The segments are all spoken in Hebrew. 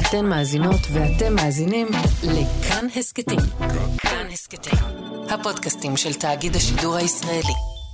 אתן מאזינות ואתם מאזינים לכאן הסקטים. כאן הסקטים, הפודקאסטים של תאגיד השידור הישראלי.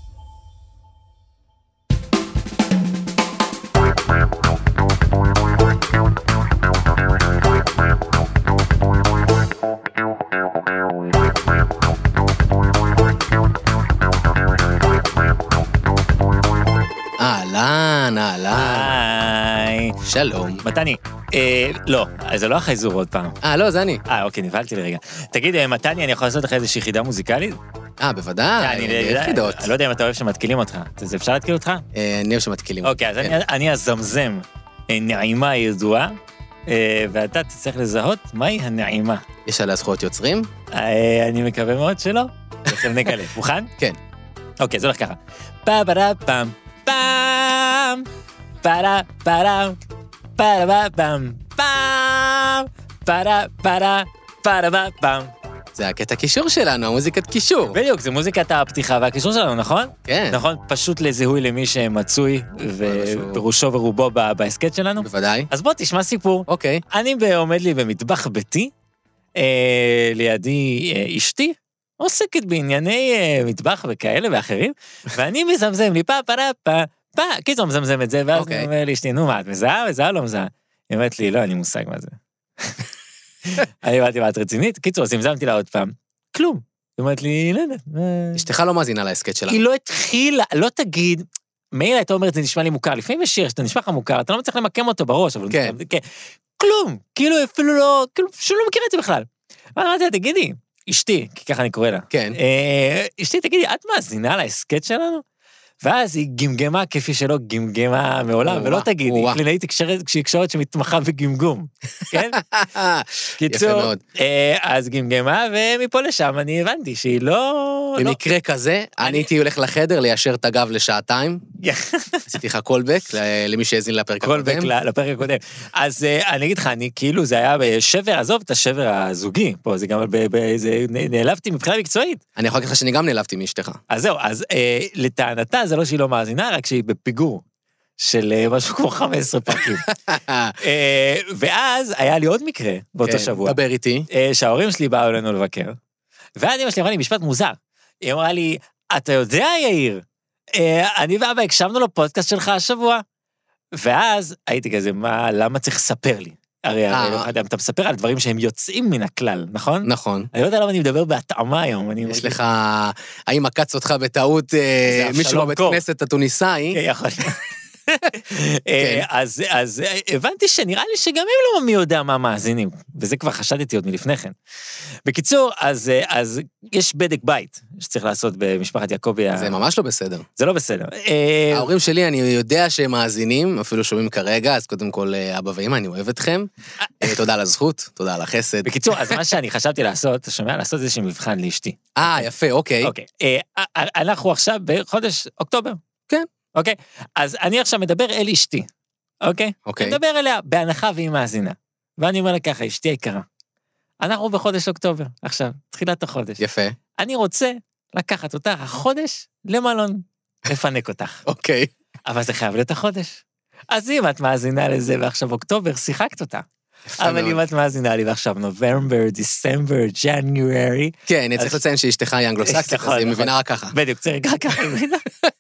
אהלן. היי. שלום. מתני, לא, זה לא החייזור עוד פעם. לא, זה אני. אוקיי, נבהלתי לרגע. תגיד, מתני, אני יכול לעשות לך איזושהי חידה מוזיקלית? בוודאי, חידות. אני לא יודע אם אתה אוהב שמתקילים אותך. זה אפשר להתקיל אותך? אני אוהב שמתקילים. אוקיי, אז אני הזמזם נעימה ידועה, ואתה תצטרך לזהות מהי הנעימה. יש עליה זכויות יוצרים? אני מקווה מאוד שלא. עכשיו נגלה. מוכן? כן. אוקיי, זה הולך ככה. פאברה-פאם, פאם, פארה-פארה, פארה-פאם, פאם, פארה-פארה, פארה-פאם. זה הקטע קישור שלנו, המוזיקת קישור. בדיוק, זה מוזיקת הפתיחה והקישור שלנו, נכון? כן. נכון, פשוט לזיהוי למי שמצוי וברושו ורובו בהסקט שלנו. בוודאי. אז בוא תשמע סיפור. אוקיי. אני עומד לי במטבח ביתי, לידי אשתי, עוסקת בענייני מטבח וכאלה ואחרים, ואני מזמזם לי פה, קיצור מזמזם את זה, ואז אני אומר לי אשתי, נו מה, את מזהה או לא מזהה? היא אומרת לי, לא, אני מושג מה זה. אני אמרתי, מה, את רצינית? קיצור, זמזמתי לה עוד פעם, כלום. היא אומרת לי, לא יודע. אשתך לא מאזינה להסקט שלה. היא לא התחילה, לא תגיד, מילא הייתה אומרת, זה נשמע לי מוכר, לפעמים יש שיר שאתה נשמע לך מוכר, אתה לא מצליח למקם אותו בראש, אבל כן. כלום, כאילו אפילו לא, כאילו שהוא לא מכיר את זה בכלל. אבל אמרתי לה, תגידי, אשתי, כי ככה אני קורא לה. כן. אשתי, תגידי, את מאזינה להסקט שלנו? ואז היא גמגמה כפי שלא גמגמה מעולם, ולא תגיד, היא קלינאית תקשורת שמתמחה בגמגום, כן? קיצור, אז גמגמה, ומפה לשם אני הבנתי שהיא לא... במקרה כזה, אני הייתי הולך לחדר ליישר את הגב לשעתיים, עשיתי לך קולבק, למי שהזין לפרק הקודם. קולבק לפרק הקודם. אז אני אגיד לך, אני כאילו, זה היה בשבר, עזוב את השבר הזוגי, פה זה גם, נעלבתי מבחינה מקצועית. אני יכול להגיד לך שאני גם נעלבתי מאשתך. אז זהו, אז לטענתה זה לא שהיא לא מאזינה, רק שהיא בפיגור של משהו כמו 15 פרקים. ואז היה לי עוד מקרה באותו שבוע. דבר איתי. שההורים שלי באו אלינו לבקר, ואז אמא שלי אמרה לי משפט מוזר. היא אמרה לי, אתה יודע, יאיר, אני ואבא הקשבנו לפודקאסט שלך השבוע, ואז הייתי כזה, למה צריך לספר לי? הרי אתה מספר על דברים שהם יוצאים מן הכלל, נכון? נכון. אני לא יודע למה אני מדבר בהטעמה היום. יש לך, האם עקץ אותך בטעות מישהו בבית כנסת התוניסאי? יכול להיות. אז הבנתי שנראה לי שגם הם לא מי יודע מה מאזינים, וזה כבר חשדתי עוד מלפני כן. בקיצור, אז יש בדק בית שצריך לעשות במשפחת יעקבי. זה ממש לא בסדר. זה לא בסדר. ההורים שלי, אני יודע שהם מאזינים, אפילו שומעים כרגע, אז קודם כל, אבא ואמא, אני אוהב אתכם. תודה על הזכות, תודה על החסד. בקיצור, אז מה שאני חשבתי לעשות, אתה שומע, לעשות איזשהו מבחן לאשתי. יפה, אוקיי. אנחנו עכשיו בחודש אוקטובר. כן. אוקיי? אז אני עכשיו מדבר אל אשתי, אוקיי? אוקיי. אני מדבר אליה בהנחה והיא מאזינה. ואני אומר לה ככה, אשתי היקרה, אנחנו בחודש אוקטובר, עכשיו, תחילת החודש. יפה. אני רוצה לקחת אותך החודש למלון, לפנק אותך. אוקיי. אבל זה חייב להיות החודש. אז אם את מאזינה לזה ועכשיו אוקטובר, שיחקת אותה. אבל אם את מאזינה לי ועכשיו נובמבר, דיסמבר, ג'אניורי. כן, אני צריך לציין שאשתך היא אנגלוסקסית, אז היא מבינה רק ככה. בדיוק, צריך רק ככה מבינה.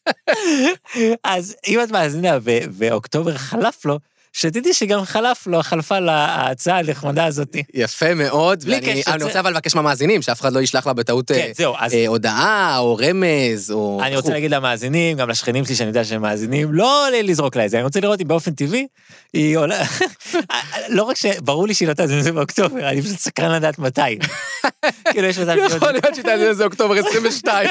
אז אם את מאזינה ואוקטובר חלף לו, שתדעי שגם חלפה להצעה הנחמדה הזאת. יפה מאוד, ואני רוצה אבל לבקש מהמאזינים, שאף אחד לא ישלח לה בטעות הודעה, או רמז, או... אני רוצה להגיד למאזינים, גם לשכנים שלי שאני יודע שהם מאזינים, לא לזרוק לה את זה, אני רוצה לראות אם באופן טבעי, היא עולה... לא רק שברור לי שהיא לא תאזין לזה באוקטובר, אני פשוט סקרן לדעת מתי. כאילו יש מצב... יכול להיות שתאזין לזה אוקטובר 22.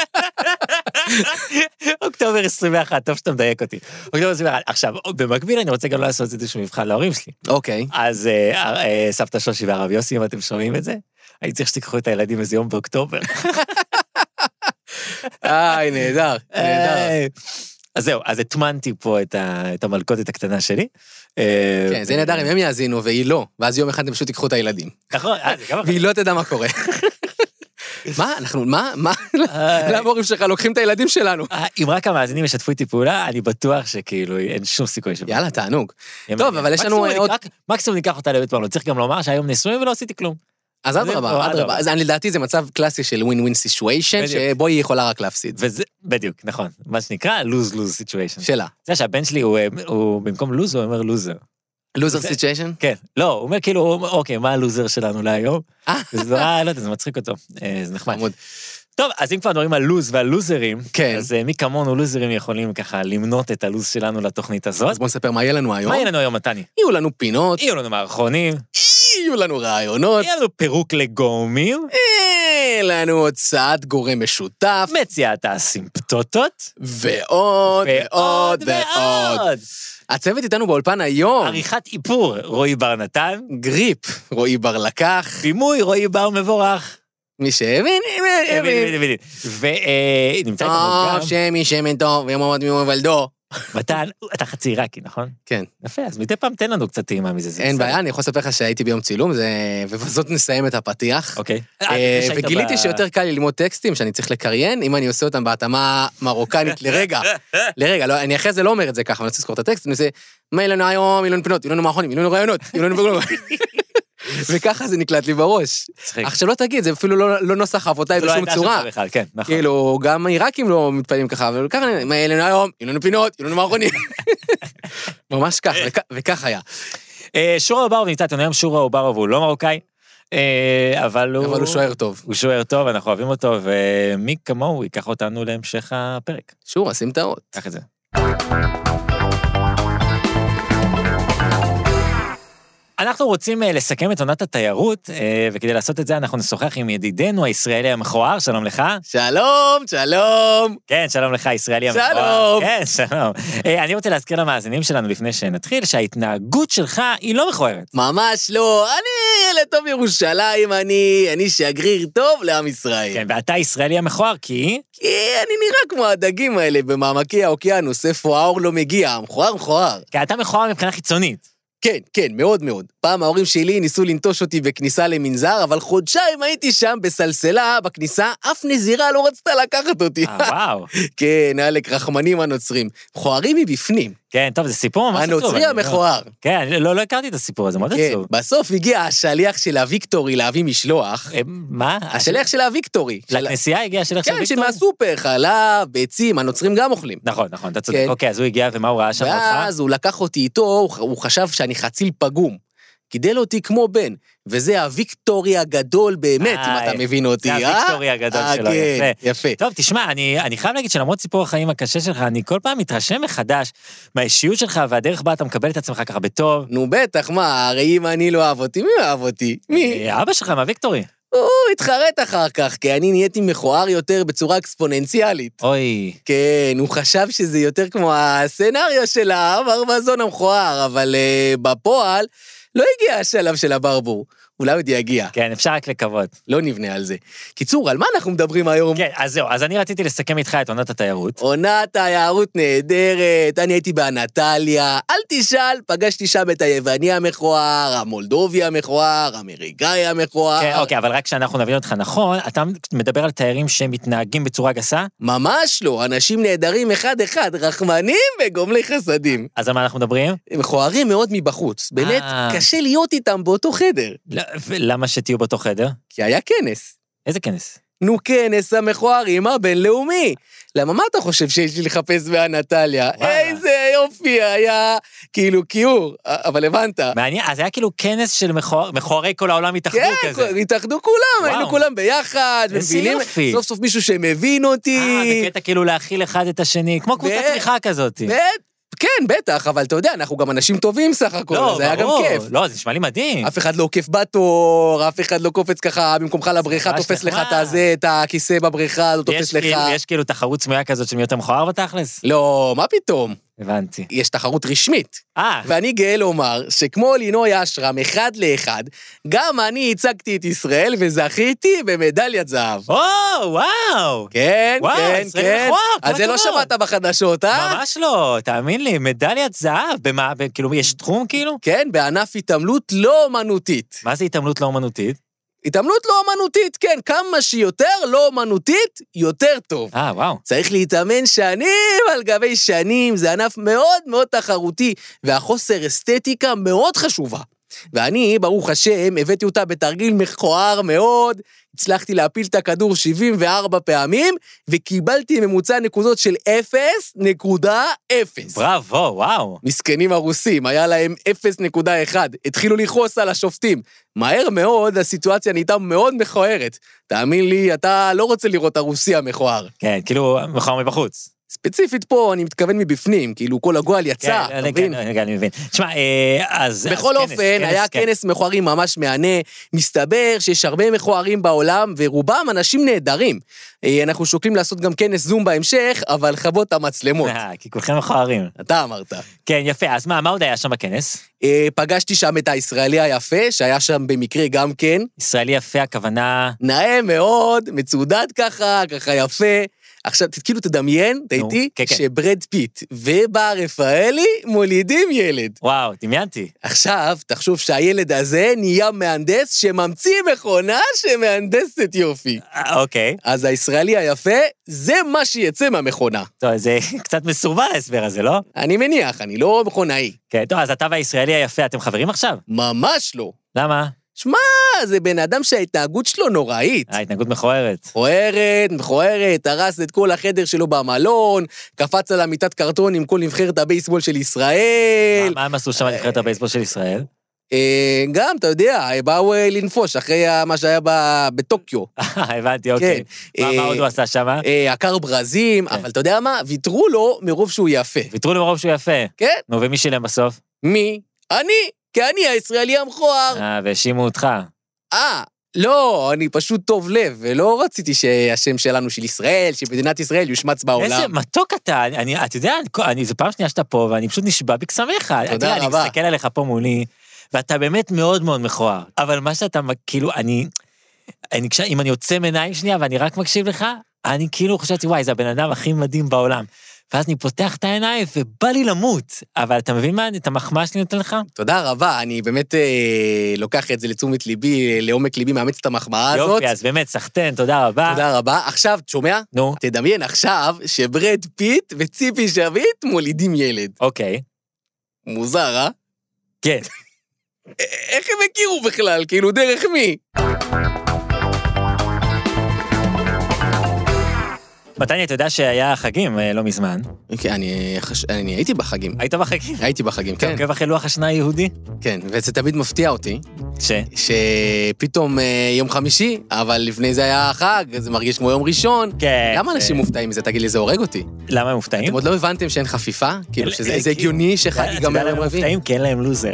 אוקטובר 21, טוב שאתה מדייק אותי. אוקטובר 21, עכשיו, במקביל אני רוצה גם לעשות איזשהו מבחן להורים שלי. אוקיי. אז סבתא שושי והרב יוסי, אם אתם שומעים את זה, אני צריך שתיקחו את הילדים איזה יום באוקטובר. נהדר, נהדר. אז זהו, אז התמנתי פה את המלכודת הקטנה שלי. כן, זה נהדר, אם הם יאזינו והיא לא, ואז יום אחד הם פשוט ייקחו את הילדים. נכון, והיא לא תדע מה קורה. מה, אנחנו, מה? למה ההורים שלך לוקחים את הילדים שלנו? אם רק המאזינים ישתפו איתי פעולה, אני בטוח שכאילו אין שום סיכוי שבא. יאללה, תענוג. טוב, אבל יש לנו עוד... מקסימום ניקח אותה לבית מלון, צריך גם לומר שהיום נשואים ולא עשיתי כלום. אז אדרבה. אז לדעתי זה מצב קלאסי של ווין-ווין סיטואשן, שבו היא יכולה רק להפסיד. בדיוק, נכון. מה שנקרא lose-lose situation. שלה. זה שהבן שלי הוא במקום לוז, הוא אומר לוזר. לוזר סיטואשן? כן. לא, הוא אומר כאילו, אוקיי, מה הלוזר שלנו להיום? לא יודע, זה מצחיק אותו. זה נחמד. טוב, אז אם כבר מדברים על לוז ועל לוזרים, אז מי כמונו לוזרים יכולים ככה למנות את הלוז שלנו לתוכנית הזאת. אז בוא נספר מה יהיה לנו היום. מה יהיה לנו היום, מתני? יהיו לנו פינות. יהיו לנו מערכונים. יהיו לנו רעיונות. יהיו לנו פירוק לגורמים. יהיה לנו הוצאת גורם משותף. מציאת האסימפטוטות. ועוד ועוד ועוד. הצוות איתנו באולפן היום. עריכת איפור, רועי בר נתן. גריפ, רועי בר לקח. בימוי, רועי בר מבורך. מי שהבין, הבין. ונמצא איתנו גם... שמי שמן טוב, ומועמד ממוולדו. מתן, אתה חצי עיראקי, נכון? כן. יפה, אז מדי פעם תן לנו קצת טעימה מזה. אין בעיה, אני יכול לספר לך שהייתי ביום צילום, ובזאת נסיים את הפתיח. אוקיי. וגיליתי שיותר קל לי ללמוד טקסטים שאני צריך לקריין, אם אני עושה אותם בהתאמה מרוקנית לרגע. אני אחרי זה לא אומר את זה ככה, אני רוצה לזכור את הטקסט, אני עושה, מה יהיה לנו היום, יהיו לנו פינות, יהיו לנו מערכונים, יהיו לנו רעיונות, יהיו לנו בגלונות. וככה זה נקלט לי בראש. אך שלא תגיד, זה אפילו לא נוסח אבותיי בשום צורה. כאילו, גם העיראקים לא מתפעלים ככה, אבל ככה, מה יהיה לנו היום, יהיו לנו פינות, יהיו לנו מערכונים. ממש כך, וכך היה. שורה אוברוב נמצא איתנו היום, שורה אוברוב הוא לא מרוקאי, אבל הוא שוער טוב. הוא שוער טוב, אנחנו אוהבים אותו, ומי כמוהו ייקח אותנו להמשך הפרק. שורה, שים את האות. קח את זה. אנחנו רוצים לסכם את עונת התיירות, וכדי לעשות את זה אנחנו נשוחח עם ידידנו הישראלי המכוער, שלום לך. שלום, שלום. כן, שלום לך, ישראלי המכוער. שלום. כן, שלום. אני רוצה להזכיר למאזינים שלנו לפני שנתחיל, שההתנהגות שלך היא לא מכוערת. ממש לא, אני ילד טוב ירושלים, אני שגריר טוב לעם ישראל. כן, ואתה ישראלי המכוער, כי אני נראה כמו הדגים האלה במעמקי האוקיינוס, איפה האור לא מגיע, מכוער. כי אתה מכוער מבחינה חיצונית. כן, מאוד מאוד. פעם ההורים שלי ניסו לנטוש אותי בכניסה למנזר, אבל חודשיים הייתי שם בסלסלה בכניסה, אף נזירה לא רצתה לקחת אותי. וואו. כן, אלק, רחמנים הנוצרים. מכוערים מבפנים. כן, טוב, זה סיפור ממש עצוב. הנוצרי המכוער. כן, לא הכרתי את הסיפור הזה, מאוד עצוב. בסוף הגיע השליח של הוויקטורי להביא משלוח. מה? השליח של הוויקטורי. לכנסייה הגיע השליח של הוויקטורי? כן, שמהסופר, חלב, ביצים, הנוצרים גם אוכלים. נכון, אתה צודק. אוקיי, אז הוא הגיע ומה הוא ראה שם אותך? ואז הוא לקח אותי איתו, הוא חשב שאני חציל פגום. גידל אותי כמו בן, וזה הוויקטורי הגדול באמת, אם אתה מבין אותי. זה הוויקטורי הגדול שלו, יפה. טוב, תשמע, אני חייב להגיד שלמרות סיפור החיים הקשה שלך, אני כל פעם מתרשם מחדש מהאישיות שלך, והדרך בה אתה מקבל את עצמך ככה בטוב. נו בטח, מה, הרי אם אני לא אוהב אותי, מי אוהב אותי? מי? אבא שלך מהוויקטורי. הוא התחרט אחר כך, כי אני נהייתי מכוער יותר בצורה אקספוננציאלית. אוי. כן, הוא חשב שזה יותר כמו הסצנריו של המרמזון המכוער, אבל בפועל לא הגיע השלב של הברבור. אולי עוד יגיע. כן, אפשר רק לקוות. לא נבנה על זה. קיצור, על מה אנחנו מדברים היום? כן, אז זהו, אז אני רציתי לסכם איתך את עונת התיירות. עונת תיירות נהדרת, אני הייתי באנטליה, אל תשאל, פגשתי שם את היווני המכוער, המולדובי המכוער, האמריקאי המכוער. כן, אוקיי, אבל רק כשאנחנו נבין אותך נכון, אתה מדבר על תיירים שמתנהגים בצורה גסה? ממש לא, אנשים נהדרים אחד-אחד, רחמנים וגומלי חסדים. אז על מה אנחנו מדברים? מכוערים מאוד מבחוץ, באמת קשה להיות איתם באותו חדר. למה שתהיו באותו חדר? כי היה כנס. איזה כנס? נו, כנס המכוערים הבינלאומי. למה, מה אתה חושב שיש לי לחפש באנטליה? איזה יופי, היה כאילו כיעור, אבל הבנת. מעניין, אז היה כאילו כנס של מכוערי כל העולם התאחדו כזה. כן, התאחדו כולם, היינו כולם ביחד, ומבינים, סוף סוף מישהו שמבין אותי. בקטע כאילו להכיל אחד את השני, כמו קבוצת תמיכה כזאת. כן, בטח, אבל אתה יודע, אנחנו גם אנשים טובים סך הכל, זה היה גם כיף. לא, זה נשמע לי מדהים. אף אחד לא עוקף בתור, אף אחד לא קופץ ככה, במקומך לבריכה, תופס לך את הכיסא בבריכה, לא תופס לך. יש כאילו תחרות סמויה כזאת שמי יותר מכוער בתכלס? לא, מה פתאום? הבנתי. יש תחרות רשמית. ואני גאה לומר שכמו לינוי אשרם, 1-1, גם אני ייצגתי את ישראל וזכיתי במדליית זהב. וואו. כן. אז זה לא שמעת בחדשות, ממש לא, תאמין לי, מדליית זהב, במה, כאילו, יש תחום כאילו? כן, בענף התעמלות לא אומנותית. מה זה התעמלות לא אומנותית? התאמנות לא אמנותית, כן, כמה שיותר לא אמנותית, יותר טוב. וואו. צריך להתאמן שנים על גבי שנים, זה ענף מאוד מאוד תחרותי, והחוסר אסתטיקה מאוד חשובה. ואני, ברוך השם, הבאתי אותה בתרגיל מכוער מאוד, הצלחתי להפיל את הכדור 74 פעמים, וקיבלתי ממוצע נקודות של 0.0. בראבו, וואו. מסכנים הרוסים, היה להם 0.1, התחילו לכעוס על השופטים. מהר מאוד, הסיטואציה נהייתה מאוד מכוערת. תאמין לי, אתה לא רוצה לראות הרוסי המכוער. כן, כאילו, מכוער מבחוץ. ספציפית פה, אני מתכוון מבפנים, כאילו כל הגועל יצא, אתה מבין? כן, אני מבין. תשמע, אז... בכל אופן, היה כנס מכוערים ממש מענה, מסתבר שיש הרבה מכוערים בעולם, ורובם אנשים נהדרים. אנחנו שוקלים לעשות גם כנס זום בהמשך, אבל חוות המצלמות. כי כולכם מכוערים. אתה אמרת. כן, יפה, אז מה עוד היה שם בכנס? פגשתי שם את הישראלי היפה, שהיה שם במקרה גם כן. ישראלי יפה, הכוונה... נאה מאוד, מצודד ככה יפה. עכשיו, כאילו תדמיין, תהייתי, שברד פיט ובר רפאלי מולידים ילד. וואו, דמיינתי. עכשיו, תחשוב שהילד הזה נהיה מהנדס שממציא מכונה שמהנדסת יופי. אוקיי. אז הישראלי היפה, זה מה שיצא מהמכונה. טוב, זה קצת מסורבל ההסבר הזה, לא? אני מניח, אני לא מכונאי. כן, טוב, אז אתה והישראלי היפה, אתם חברים עכשיו? ממש לא. למה? שמע, זה בן אדם שההתנהגות שלו נוראית. ההתנהגות מכוערת. מכוערת, הרס את כל החדר שלו במלון, קפץ על המיטת קרטון עם כל נבחרת הבייסבול של ישראל. מה הם עשו שם נבחרת הבייסבול של ישראל? גם, אתה יודע, באו לנפוש אחרי מה שהיה בטוקיו. הבנתי, אוקיי. מה עוד הוא עשה שם? עקר ברזים, אבל אתה יודע מה? ויתרו לו מרוב שהוא יפה. ויתרו לו מרוב שהוא יפה? כן. נו, ומי שילם בסוף? מי? כי אני הישראלי המכוער. והאשימו אותך. לא, אני פשוט טוב לב, ולא רציתי שהשם שלנו של ישראל, שמדינת ישראל יושמץ בעולם. איזה מתוק אתה, אתה יודע, זו פעם שנייה שאתה פה, ואני פשוט נשבע בקסמך. תודה רבה. אני מסתכל עליך פה מולי, ואתה באמת מאוד מאוד מכוער. אבל מה שאתה, כאילו, אם אני יוצא מעיניים שנייה, ואני רק מקשיב לך, אני כאילו חשבתי, וואי, זה הבן אדם הכי מדהים בעולם. ואז אני פותח את העיניים, ובא לי למות. אבל אתה מבין מה? את המחמאה שלי נותן לך? תודה רבה, אני באמת לוקח את זה לתשומת ליבי, לעומק ליבי, מאמץ את המחמאה הזאת. יופי, אז באמת, סחטן, תודה רבה. תודה רבה. עכשיו, שומע? נו. תדמיין עכשיו שברד פיט וציפי שביט מולידים ילד. אוקיי. מוזר, כן. איך הם הכירו בכלל? כאילו, דרך מי? מתניה, אתה יודע שהיה חגים לא מזמן? כן, אני הייתי בחגים. היית בחגים? הייתי בחגים, כן. אתה עוקב אחרי לוח השנה היהודי? כן, וזה תמיד מפתיע אותי. שפתאום יום חמישי, אבל לפני זה היה חג, זה מרגיש כמו יום ראשון. כן. למה אנשים מופתעים מזה? תגיד לי, זה הורג אותי. למה הם מופתעים? אתם עוד לא הבנתם שאין חפיפה? כאילו שזה הגיוני שחג ייגמר יום רביעי? מופתעים כי אין להם לוזר.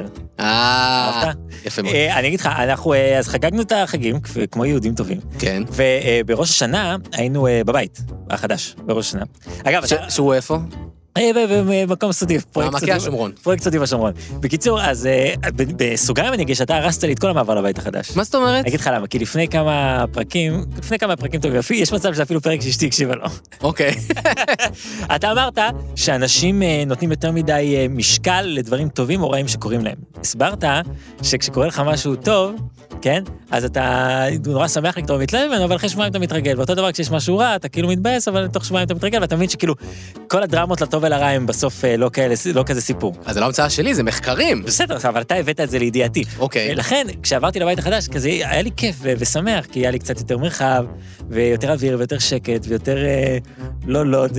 יפה מאוד. אני אגיד לך, אנחנו אז חגגנו את החגים, כמו יהודים טובים. כן. ובראש השנה היינו בבית, החדש, בראש השנה. אגב, שהוא איפה? במקום סודי, פרויקט סודי בשומרון. בקיצור, אז בסוגריים אני אגיד שאתה הרסת לי את כל המעבר לבית החדש. מה זאת אומרת? אני אגיד לך למה, כי לפני כמה פרקים טובים, יש מצב שאפילו פרק שאשתי הקשיבה לו. אוקיי. אתה אמרת שאנשים נותנים יותר מדי משקל לדברים טובים או רעים שקורים להם. הסברת שכשקורה לך משהו טוב, כן? אז אתה נורא שמח לקטור ומתלהב ממנו, אבל אחרי שבועיים אתה מתרגל. ואותו דבר כשיש משהו רע, אתה כאילו מתבאס, אבל תוך שבועיים אתה מתרגל, ואתה מבין שכאילו כל הדרמות לטוב ולרע הם בסוף לא כזה סיפור. אז זה לא המצאה שלי, זה מחקרים. בסדר, אבל אתה הבאת את זה לידיעתי. אוקיי. לכן, כשעברתי לבית החדש, כזה היה לי כיף ושמח, כי היה לי קצת יותר מרחב, ויותר אוויר, ויותר שקט, ויותר לא לוד.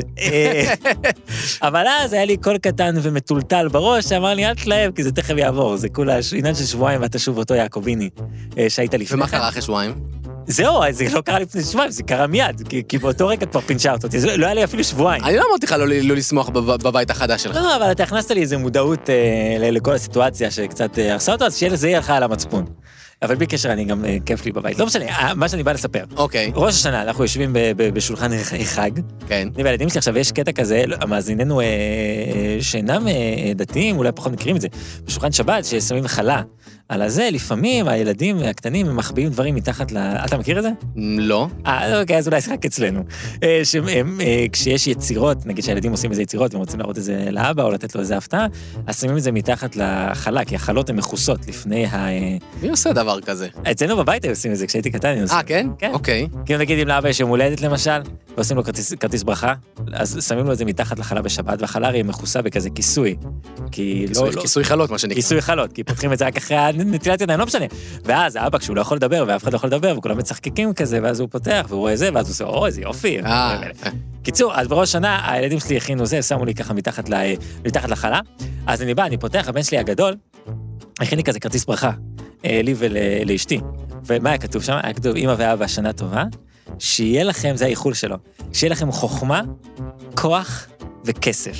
אבל אז היה לי קול קטן ומטולטל בראש, שאמר לי, אל תלהב, כי זה תכף יעבור. זה כולה עניין של שבועיים, ואתה שוב אותו יעקוביני, שהיית לפני. ומה קרה אחרי שבועיים? זהו, זה לא קרה לפני שבועיים, זה קרה מיד, כי באותו רגע כבר פינצ'רת אותי, לא היה לי אפילו שבועיים. אני לא אמרתי לך לא לשמוח בבית החדש שלך. לא, אבל אתה הכנסת לי איזו מודעות לכל הסיטואציה שקצת הרסה אותו, אז שזה יהיה לך על המצפון. אבל בלי קשר, אני גם כיף לי בבית. לא משנה, מה שאני בא לספר. אוקיי. ראש השנה, אנחנו יושבים בשולחן חג. כן. אני והילדים שלי עכשיו, יש קטע כזה, המאזיננו שאינם דתיים, אולי פחות מכירים את זה, בשולחן שבת, ששמים חלה. על הזה, לפעמים הילדים הקטנים הם מחביאים דברים מתחת אתה מכיר את זה? לא. אוקיי, אז אולי זה רק אצלנו. כשיש יצירות, נגיד שהילדים עושים איזה יצירות, והם רוצים להראות את זה לאבא, או לתת לו איזה הפתעה, אז שמים את זה מתחת לחלה, כי החלות הן מכוסות לפני מי עושה דבר דבר כזה. אצלנו בבית היו עושים את זה, כשהייתי קטן. כן? כן. אוקיי. כאילו נגיד אם לאבא יש יום הולדת למשל, ועושים לו כרטיס ברכה, אז שמים לו את זה מתחת לחלה בשבת, והחלה הרי מכוסה בכזה כיסוי. כיסוי חלות, מה שנקרא. כיסוי חלות, כי פותחים את זה רק אחרי הנטילת ידיים, לא משנה. ואז האבא, כשהוא לא יכול לדבר, ואף אחד לא יכול לדבר, וכולם מצחקקים כזה, ואז הוא פותח, והוא רואה זה, ואז הוא עושה, איזה יופי. קיצור, אז בראש שנה, הילדים שלי הכינו זה, שמו לי ככה מתחת לחלה, אז אני בא, אני פותח, הבן שלי הגדול, הכין לי כזה כרטיס ברכה, לי ולאשתי. ומה היה כתוב שם? היה כתוב, אמא ואבא, שנה טובה, שיהיה לכם, זה האיחול שלו, שיהיה לכם חוכמה, כוח וכסף.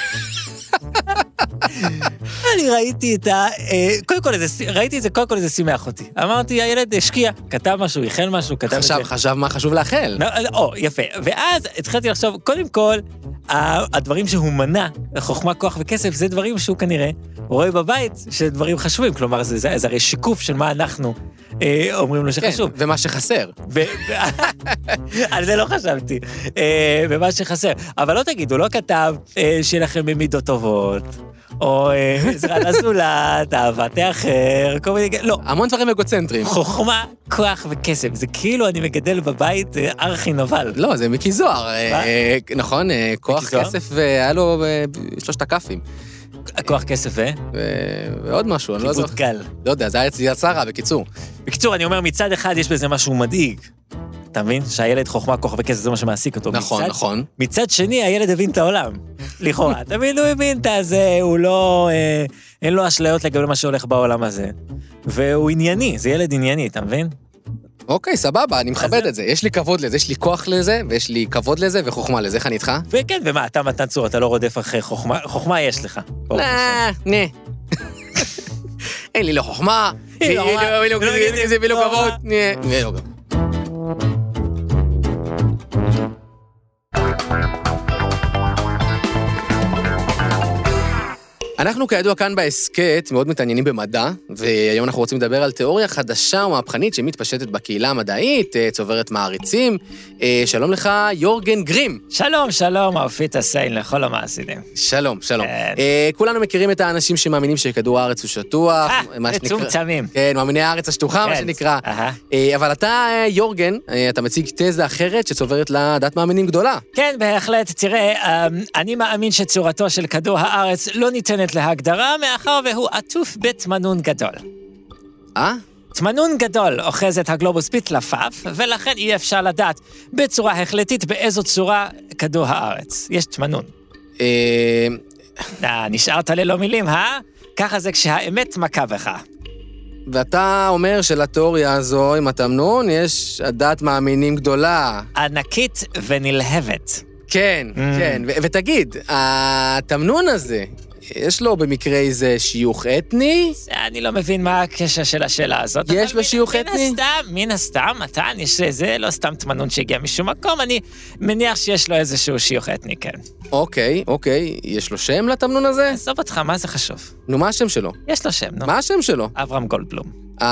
אני ראיתי את ראיתי את זה, קודם כל זה שימח אותי. אמרתי, הילד השקיע, כתב משהו, איחל משהו, כתב את זה. חשב מה חשוב לאחל. יפה. ואז התחלתי לחשוב, קודם כל, הדברים שהוא מנע, חוכמה, כוח וכסף, זה דברים שהוא כנראה רואה בבית, שדברים חשובים. כלומר, זה הרי שיקוף של מה אנחנו אומרים לו שחשוב. כן, ומה שחסר. על זה לא חשבתי. ומה שחסר. אבל לא תגיד, הוא לא כתב שיהיה לכם במידות טובות, או עזרה לזולת, אהבת האחר, כל מיני... לא. המון דברים אגוצנטריים. חוכמה, כוח וכסף. זה כאילו אני מגדל בבית ארכי נבל. לא, זה מיקי זוהר. נכון, כוח, כסף, והיה לו 3 כפים. כוח כסף ועוד משהו, אני לא זוכר. כיבוד גל. לא יודע, זה היה יצא רע, בקיצור. בקיצור, אני אומר, מצד אחד יש בזה משהו מדאיג. אתה מבין? שהילד חוכמה, כוח וכסף זה מה שמעסיק אותו. נכון, נכון. מצד שני, הילד הבין את העולם. לכאורה. אתה מבין, הוא הבין את זה, הוא לא... אין לו אשליות לגבי מה שהולך בעולם הזה. והוא ענייני, זה ילד ענייני, אתה מבין? אוקיי, סבבה, אני מכבד את זה. יש לי כבוד לזה, יש לי כוח לזה, ויש לי כבוד לזה וחוכמה לזה. איך אני איתך? וכן, ומה, אתה מתן צור, אתה לא רודף אחרי חוכמה. חוכמה יש לך. אין לי לא חוכמה, אין לי לא כבוד. אנחנו כידוע כאן בעסקת מאוד מתעניינים במדע, והיום אנחנו רוצים לדבר על תיאוריה חדשה ומהפכנית שמתפשטת בקהילה המדעית, צוברת מעריצים. שלום לך, יורגן גרים. שלום, שלום, אופית הסיין לכל המאזינים. שלום, שלום. כולנו מכירים את האנשים שמאמינים שכדור הארץ הוא שטוח. מצומצמים. כן, מאמיני הארץ השטוחה, מה שנקרא. אבל אתה, יורגן, אתה מציג תזה אחרת שצוברת לדת מאמינים גדולה. כן, בהחלט. תראה, אני מאמין שצורתו של כדור הארץ לא ניתנת להגדרה, מאחר והוא עטוף בתמנון גדול. תמנון גדול אוחז את הגלובוס בטלפיו, ולכן אי אפשר לדעת בצורה החלטית באיזו צורה כדור הארץ. יש תמנון. נשארת ללא מילים, ככה זה כשהאמת מכה בך. ואתה אומר שלתיאוריה הזו, עם התמנון, יש דת מאמינים גדולה. ענקית ונלהבת. כן, כן. ותגיד, התמנון הזה, יש לו במקרה איזה שיוך אתני? אני לא מבין מה הקשר של השאלה הזאת. יש לו שיוך אתני? מן הסתם, מתן, זה לא סתם תמנון שהגיע משום מקום, אני מניח שיש לו איזשהו שיוך אתני, כן. אוקיי. יש לו שם לתמנון הזה? עזוב אותך, מה זה חשוב? נו, מה השם שלו? יש לו שם, נו. מה השם שלו? אברהם גולדבלום.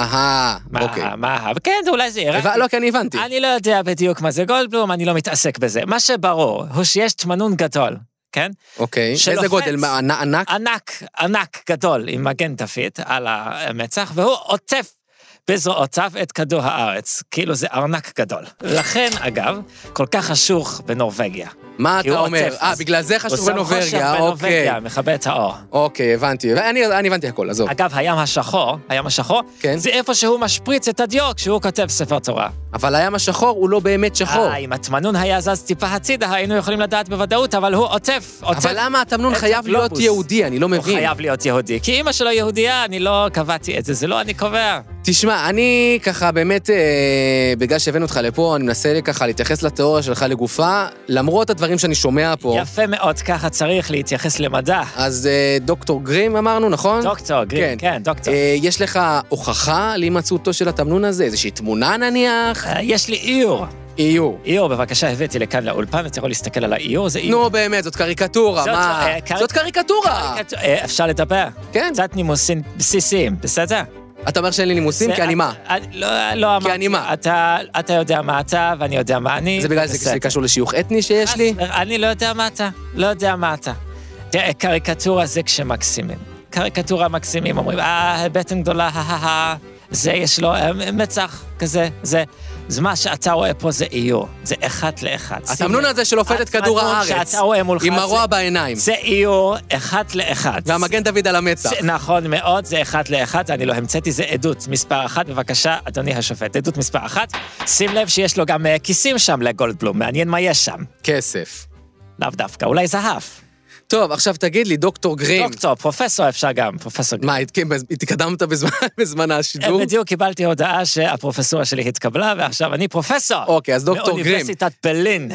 אוקיי. כן, אולי זה יראה. לא, כי אני הבנתי. אני לא יודע בדיוק מה זה גולדבלום, אני לא מתעסק בזה. מה שברור הוא שיש תמנון גדול. כן? אוקיי. איזה גודל? ענק? ענק גדול, עם מגן תפית על המצח, והוא עוטף בזרועותיו את כדור הארץ. כאילו זה ארנק גדול. לכן, אגב, כל כך חשוך בנורווגיה. מה אתה אומר? בגלל זה חשוך בנורווגיה, אוקיי. מכבה את האור. אוקיי, הבנתי. אני הבנתי הכל, עזוב. אגב, הים השחור, זה איפה שהוא משפריץ את הדיו כשהוא כותב ספר תורה. אבל הים השחור הוא לא באמת שחור. אם התמנון היה זז טיפה הצידה, היינו יכולים לדעת בוודאות, אבל הוא עוטף. אבל למה התמנון חייב להיות יהודי? אני לא מבין. הוא חייב להיות יהודי. כי אמא שלו יהודייה, אני לא קבעתי את זה, זה לא אני קובע. תשמע, אני ככה באמת, בגלל שהבאנו אותך לפה, אני מנסה לי ככה להתייחס לתיאוריה שלך לגופה, למרות הדברים שאני שומע פה. יפה מאוד, ככה צריך להתייחס למדע. אז דוקטור גרים אמרנו, נכון? דוקטור גרים, כן, דוקטור. יש לך הוכחה להימצאותו של התמנון הזה? איזושהי תמונה נניח? יש לי איור. איור, בבקשה, הבאתי לכאן לאולפן, אתה יכול להסתכל על האיור, זה איור. נו, באמת, זאת קריקטורה, מה? זאת קריקטורה. אפשר לדבר? כן. קצת נימוסים בסיסיים, בסדר? אתה אומר שאין לי נימוסים? כי אני מה? לא אמרתי. כי אני מה? אתה יודע מה אתה, ואני יודע מה אני. זה בגלל זה קשור לשיוך אתני שיש לי? אני לא יודע מה אתה, לא יודע מה אתה. תראה, קריקטורה זה כשמקסימים. קריקטורה מקסימים, אומרים, בטן גדולה, זה יש לו מצח כזה, זה מה שאתה רואה פה זה איור, זה 1 ל-1. התמנון הזה של הופט את כדור הארץ, עם הרוע בעיניים. זה איור 1 ל-1. והמגן דוד על המצח. נכון מאוד, זה 1 ל-1, אני לא המצאתי, זה עדות מספר 1, בבקשה, אדוני השופט, עדות מספר 1, שים לב שיש לו גם כיסים שם לגולדבלום, מעניין מה יש שם. כסף. לאו דווקא, אולי זהב. טוב, עכשיו תגיד לי, דוקטור גרים. דוקטור, פרופסור אפשר גם, פרופסור גרים. מה, התקדמת בזמן השידור? בדיוק קיבלתי הודעה שהפרופסורה שלי התקבלה, ועכשיו אני פרופסור. אוקיי, אז דוקטור גרים. מאוניברסיטת ברלין.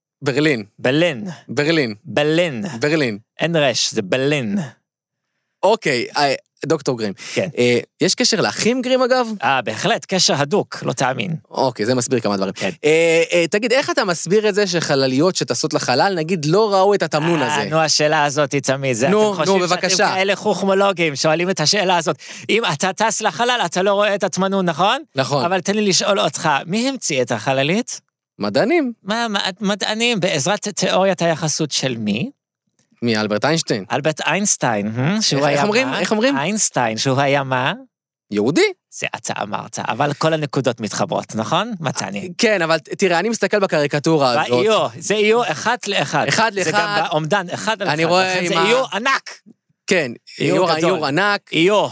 ברלין. אין רש, זה ברלין. אוקיי, דוקטור גרים. כן. יש קשר לאחים גרים אגב? בהחלט, קשר הדוק, לא תאמין. אוקיי, זה מסביר כמה דברים. כן. תגיד, איך אתה מסביר את זה שחלליות שטסות לחלל, נגיד, לא ראו את התמנון הזה? נו, השאלה הזאת, תמיד, זה נו, אתם חושבים בבקשה. שאתם כאלה חוכמולוגים, שואלים את השאלה הזאת. אם אתה טס לחלל, אתה לא רואה את התמנון, נכון? נכון. אבל תן לי לשאול אותך, מי המציא את החללית? מדענים. מדענים, בעזרת תיאוריית היחסות של מי? מאלברט איינשטיין. אלברט איינשטיין, שהוא היה מה? איך אומרים? איינשטיין, שהוא היה מה? יהודי. זה אתה אמרת, אבל כל הנקודות מתחברות, נכון? מתני. כן, אבל תראה, אני מסתכל בקריקטורה הזאת. באיור, זה איור 1 ל-1. 1 ל-1. זה גם באומדן, 1 על 1. אני רואה עם זה איור ענק. כן, איור ענק. איור.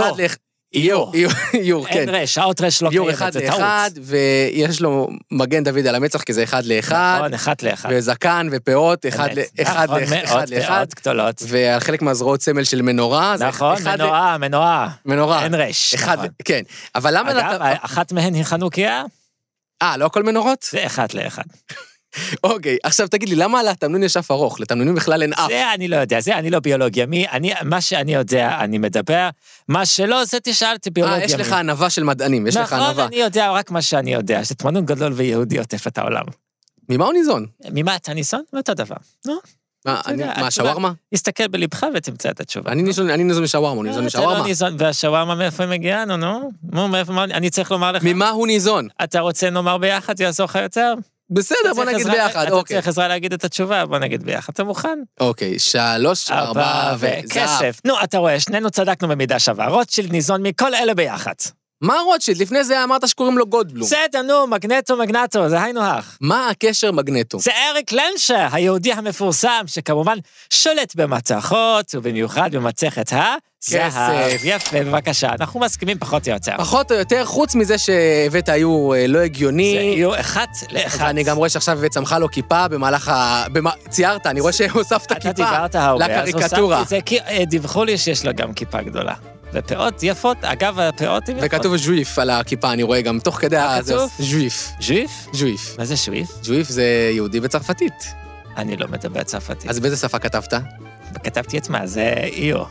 איור, כן. אין רש, האות רש לא איור קיימת, זה 1 ל-1, ויש לו מגן דוד על המצח, כי זה 1 ל-1. נכון, 1 ל-1. וזקן ופאות, 1 ל-1. פאות גדולות. ועל חלק מהזרועות סמל של מנורה. נכון, מנורה. אין רש. כן, אבל למה... אגב, אחת מהן היא חנוכיה? לא הכל מנורות? זה 1 ל-1. אוקיי, עכשיו תגיד לי, למה לתמנון יש אף ארוך? לתמנונים בכלל אין אף. זה אני לא יודע, זה אני לא ביולוגיה. מה שאני יודע, אני מדבר, מה שלא, זה תשאלתי ביולוגיה. יש לך ענווה של מדענים, יש לך ענווה. נכון, אני יודע רק מה שאני יודע, שתמנון גדול ויהודי עוטף את העולם. ממה הוא ניזון? ממה אתה ניזון? אותו דבר. נו. מה, שווארמה? תסתכל בלבך ותמצא את התשובה. אני ניזון משווארמה, הוא ניזון משווארמה. והשווארמה מאיפה היא מגיעה? נו, אני צריך לומר לך. ממה הוא ניזון? אתה רוצה נאמר ביחד, זה יעזור לך יותר? בסדר, בוא נגיד ביחד, אתה צריך עזרה להגיד את התשובה, בוא נגיד ביחד, אתה מוכן? אוקיי, 3, 4 וכסף. נו, אתה רואה, שנינו צדקנו במידה שווה, רוטשילד ניזון מכל אלה ביחד. מה רוטשילד? לפני זה אמרת שקוראים לו גולדבלום. בסדר, נו, מגנטו, זה היינו הך. מה הקשר מגנטו? זה אריק לנשר, היהודי המפורסם, שכמובן שולט במתכות, ובמיוחד במצכת זהב. יפה, בבקשה, אנחנו מסכימים פחות או יותר. פחות או יותר, חוץ מזה שהבאת היו לא הגיוני. זה היו 1 ל-1. אני גם רואה שעכשיו צמחה לו כיפה במהלך ציירת, אני רואה שהוספת כיפה לקריקטורה. זה כי דיווחו לי שיש לו גם כיפה גדולה. ופאות יפות, אגב, הפאות יפות. וכתוב ז'ויף על הכיפה, אני רואה גם תוך כדי... מה כתוב? ז'ויף. ז'ויף? ז'ויף. מה זה ז'ויף? ז'ויף זה יהודי בצרפתית. אני לא מדבר צרפתית. אז באיזה שפה כתבת? כתבתי את מה, זה איו.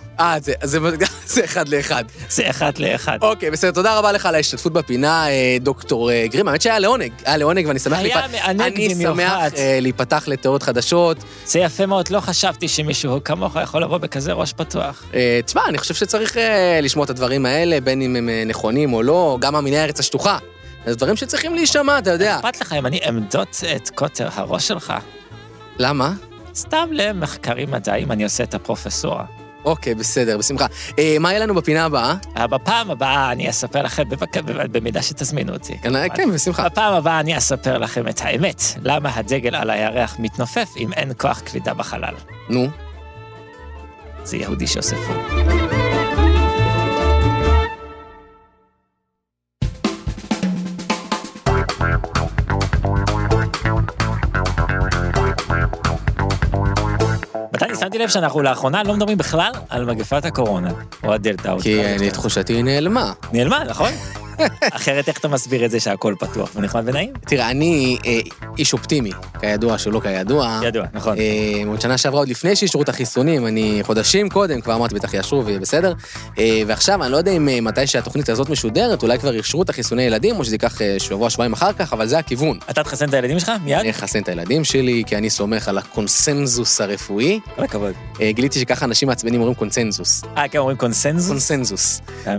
זה 1 ל-1. זה 1 ל-1. אוקיי, בסדר, תודה רבה לך על ההשתתפות בפינה, דוקטור גרים. האמת שהיה לעונג, ואני שמח להיפתח לתיאוריות חדשות. זה יפה מאוד, לא חשבתי שמישהו כמוך יכול לבוא בכזה ראש פתוח. תשמע, אני חושב שצריך לשמוע את הדברים האלה, בין אם הם נכונים או לא, גם המיני הארץ השטוחה. זה דברים שצריכים להישמע, אתה יודע. אכפת לך אם אני אמדות את קוטר הראש שלך? למה? סתם למחקרים מדעיים, אני עושה את הפרופסורה. אוקיי, בסדר, בשמחה. מה יהיה לנו בפינה הבאה? בפעם הבאה אני אספר לכם, במידה שתזמינו אותי. כן, בשמחה. בפעם הבאה אני אספר לכם את האמת, למה הדגל על הירח מתנופף אם אין כוח כבידה בחלל. נו? זה יהודי שאוספו. מתני, שמתי לב שאנחנו לאחרונה לא מדברים בכלל על מגפת הקורונה, או הדלטה. כי לתחושתי היא נעלמה. נעלמה, נכון? אחרת איך אתה מסביר את זה שהכל פתוח ונחמד ונעים? תראה, אני איש אופטימי, כידוע שלא כידוע. ידוע, נכון. עוד שנה שעברה עוד לפני שאישרו את החיסונים, אני חודשים קודם, כבר אמרתי בטח יאשרו ויהיה בסדר. ועכשיו אני לא יודע אם מתי שהתוכנית הזאת משודרת, אולי כבר אישרו את החיסוני ילדים, או שזה ייקח שבוע, שבועיים אחר כך, אבל זה הכיוון. אתה תחסן את הילדים שלך? מיד? אני אחסן את הילדים שלי, כי אני סומך על הקונסנזוס הרפואי. כל הכבוד. גיליתי שככה אנשים מעצבנים אומרים קונצנזוס. כן, אומרים קונסנזוס? קונסנזוס.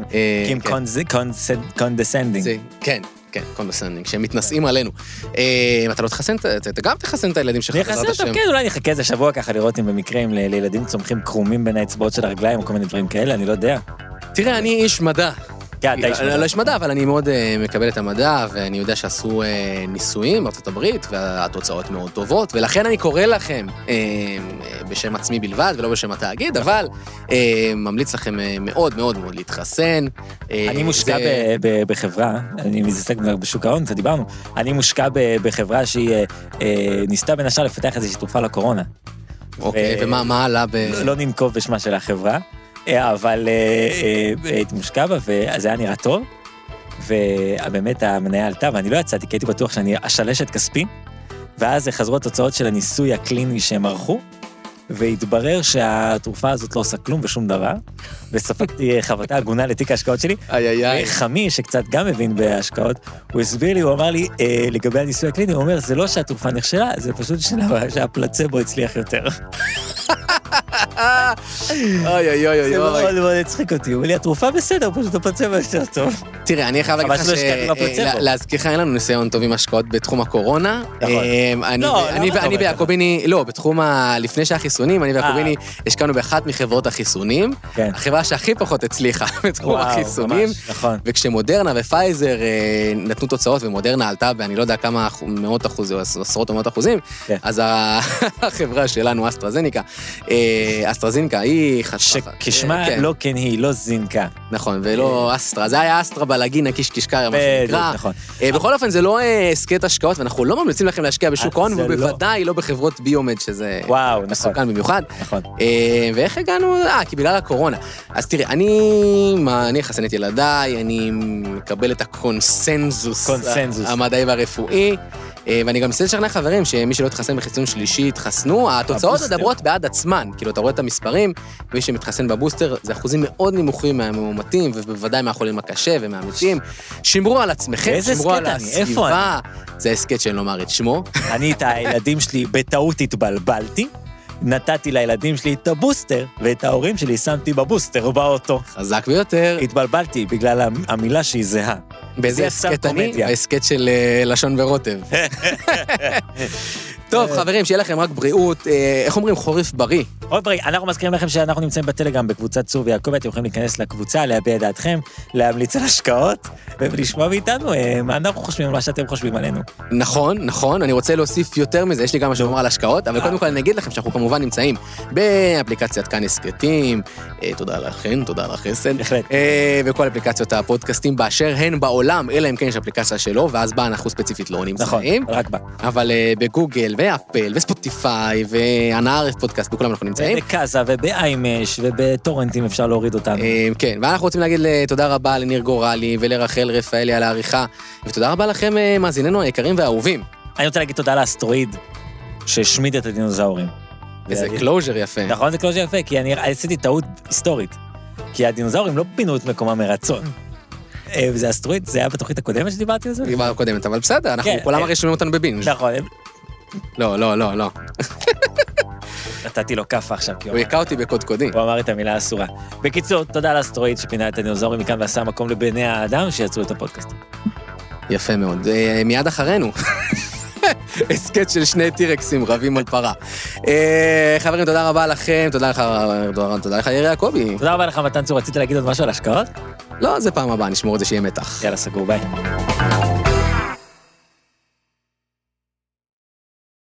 קונדסנדינג. כן, קונדסנדינג, שהם מתנשאים עלינו. אתה לא תחסן, אתה גם תחסן את הילדים שלך. תחסן אותם, כן, אולי נחכה איזה שבוע ככה לראות אם במקרים לילדים צומחים קרומים בין האצבעות של הרגליים או כל מיני דברים כאלה, אני לא יודע. תראה, אני איש מדע. כן, אתה איש מדע. לא איש מדע, אבל אני מאוד מקבל את המדע, ואני יודע שעשו ניסויים בארצות הברית, והתוצאות מאוד טובות, ולכן אני קורא לכם בשם עצמי בלבד, ולא בשם התאגיד, אבל ממליץ לכם מאוד מאוד מאוד להתחסן. אני מושקע בחברה, אני מתעסק בשוק ההון, זה דיברנו, אני מושקע בחברה שהיא ניסתה בין השאר לפתח איזושהי תרופה לקורונה. אוקיי, ומה עלה לא ננקוב בשמה של החברה, אבל הייתי מושקע בה, וזה היה נראה טוב, ובאמת המניה עלתה, ואני לא יצאתי, כי הייתי בטוח שאני אשלש את כספי, ואז חזרו התוצאות של הניסוי הקליני שהם ערכו, והתברר שהתרופה הזאת לא עושה כלום ושום דבר, וספקתי חבטה הגונה לתיק ההשקעות שלי, וחמי, שקצת גם מבין בהשקעות, הוא הסביר לי, הוא אמר לי, לגבי הניסוי הקליני, הוא אומר, זה לא שהתרופה נכשלה, זה פשוט שהפלצבו הצליח יותר. אוי, אוי, אוי, זה מאוד מאוד הצחיק אותי, הוא אומר לי, התרופה בסדר, פשוט הפלצבו יותר טוב. תראה, אני חייב להגיד לך להזכירך, אין לנו ניסיון טוב עם השקעות בתחום הקורונה. אני ויעקוביני, לא, בתחום לפני שהחיסונים, אני ויעקוביני השקענו באחת מחברות החיסונים, החברה שהכי פחות הצליחה בתחום החיסונים, וכשמודרנה ופייזר נתנו תוצאות, ומודרנה עלתה, ואני לא יודע כמה מאות אחוזים, עשרות או מאות אחוזים, אז החברה שלנו, אסטרזניקה, היא חשכה. כשמה לא כן היא, לא זינקה. נכון, ולא אסטרה, זה היה אסטרה בלגינה קישקישקר, מה שנקרא. בכל אופן, זה לא הסקט השקעות, ואנחנו לא ממליצים לכם להשקיע בשוק ההון, ובוודאי לא בחברות ביומד, שזה מסוכן במיוחד. ואיך הגענו? כי בגלל הקורונה. אז תראה, אני אחסן את ילדיי, אני מקבל את הקונסנזוס המדעי והרפואי, ואני גם מנסה לשכנע חברים שמי שלא התחסן בחיסון שלישי התחסנו, התוצאות מדברות בעד עצמן, כאילו אתה רואה את המספרים, ומי שמתחסן בבוסטר זה אחוזים מאוד נמוכים מהמאומתים, ובוודאי מהחולים הקשה ומהמתים. שמרו על עצמכם, שמרו על הסביבה. זה הסקט שאני לומר את שמו. אני את הילדים שלי בטעות התבלבלתי, נתתי לילדים שלי את הבוסטר, ואת ההורים שלי שמתי בבוסטר באוטו. חזק ביותר. התבלבלתי בגלל המילה שהיא זהה. באיזה הסקט אני? ההסקט של לשון ורוטב. טוב, חברים, שיהיה לכם רק בריאות. איך אומרים? חורף בריא. חורף בריא. אנחנו מזכירים לכם שאנחנו נמצאים בטלגרם בקבוצת צור ויעקב, אתם יכולים להיכנס לקבוצה, להביע את דעתכם, להמליץ על השקעות, ולשמוע מאיתנו מה אנחנו חושבים, מה שאתם חושבים עלינו. נכון, נכון. אני רוצה להוסיף יותר מזה, יש לי גם מה שאומר על השקעות, אבל קודם כל אני אגיד לכם שאנחנו כמובן נמצאים באפליקציית כאן הסקטים, תודה לכם, תודה לחסד, וכל אפליקציות הפודקאסטים באשר הן בעולם, אלא אם כן יש אפליקציה שלו, ואז בה אנחנו ספציפית לא נמצאים. רק בה. אבל בגוגל ואפל וספוטיפיי והנערף פודקאסט, בכולם אנחנו נמצאים. ובקאזה ובאיימש ובטורנטים אפשר להוריד אותנו. כן, ואנחנו רוצים להגיד תודה רבה לניר גורלי ולרחל רפאלי על העריכה, ותודה רבה לכם מאזיננו היקרים והאהובים. אני רוצה להגיד תודה לאסטרואיד שהשמיד את הדינוזאורים. וזה קלוז'ר יפה. נכון, זה קלוז'ר יפה, כי אני עשיתי טעות היסטורית. כי הדינוזאורים לא פינו את מקומם מרצון. וזה אסטרואיד, זה היה בתוכנית הקודמת שדיברתי על זה? דיברתי הקודמת, אבל בסדר, אנחנו כולם הרי שומעים אותנו בבינג'. נכון. לא, לא, לא, לא. נתתי לו כפה עכשיו. הוא יקע אותי בקודקודי. הוא אמר את המילה האסורה. בקיצור, תודה לאסטרואיד שפינה את הדינוזאורים מכאן ועשה מקום לבני האדם שיצרו את הפודקאסט. יפה מאוד. מיד אחרינו. הסקט של שני טירקסים רבים על פרה. חברים, תודה רבה לכם. תודה לך, ירי יעקבי. תודה רבה לך, מתן צור. רצית להגיד עוד משהו על השקעות? לא, זה פעם הבאה, נשמור את זה שיהיה מתח. יאללה, סגור, ביי.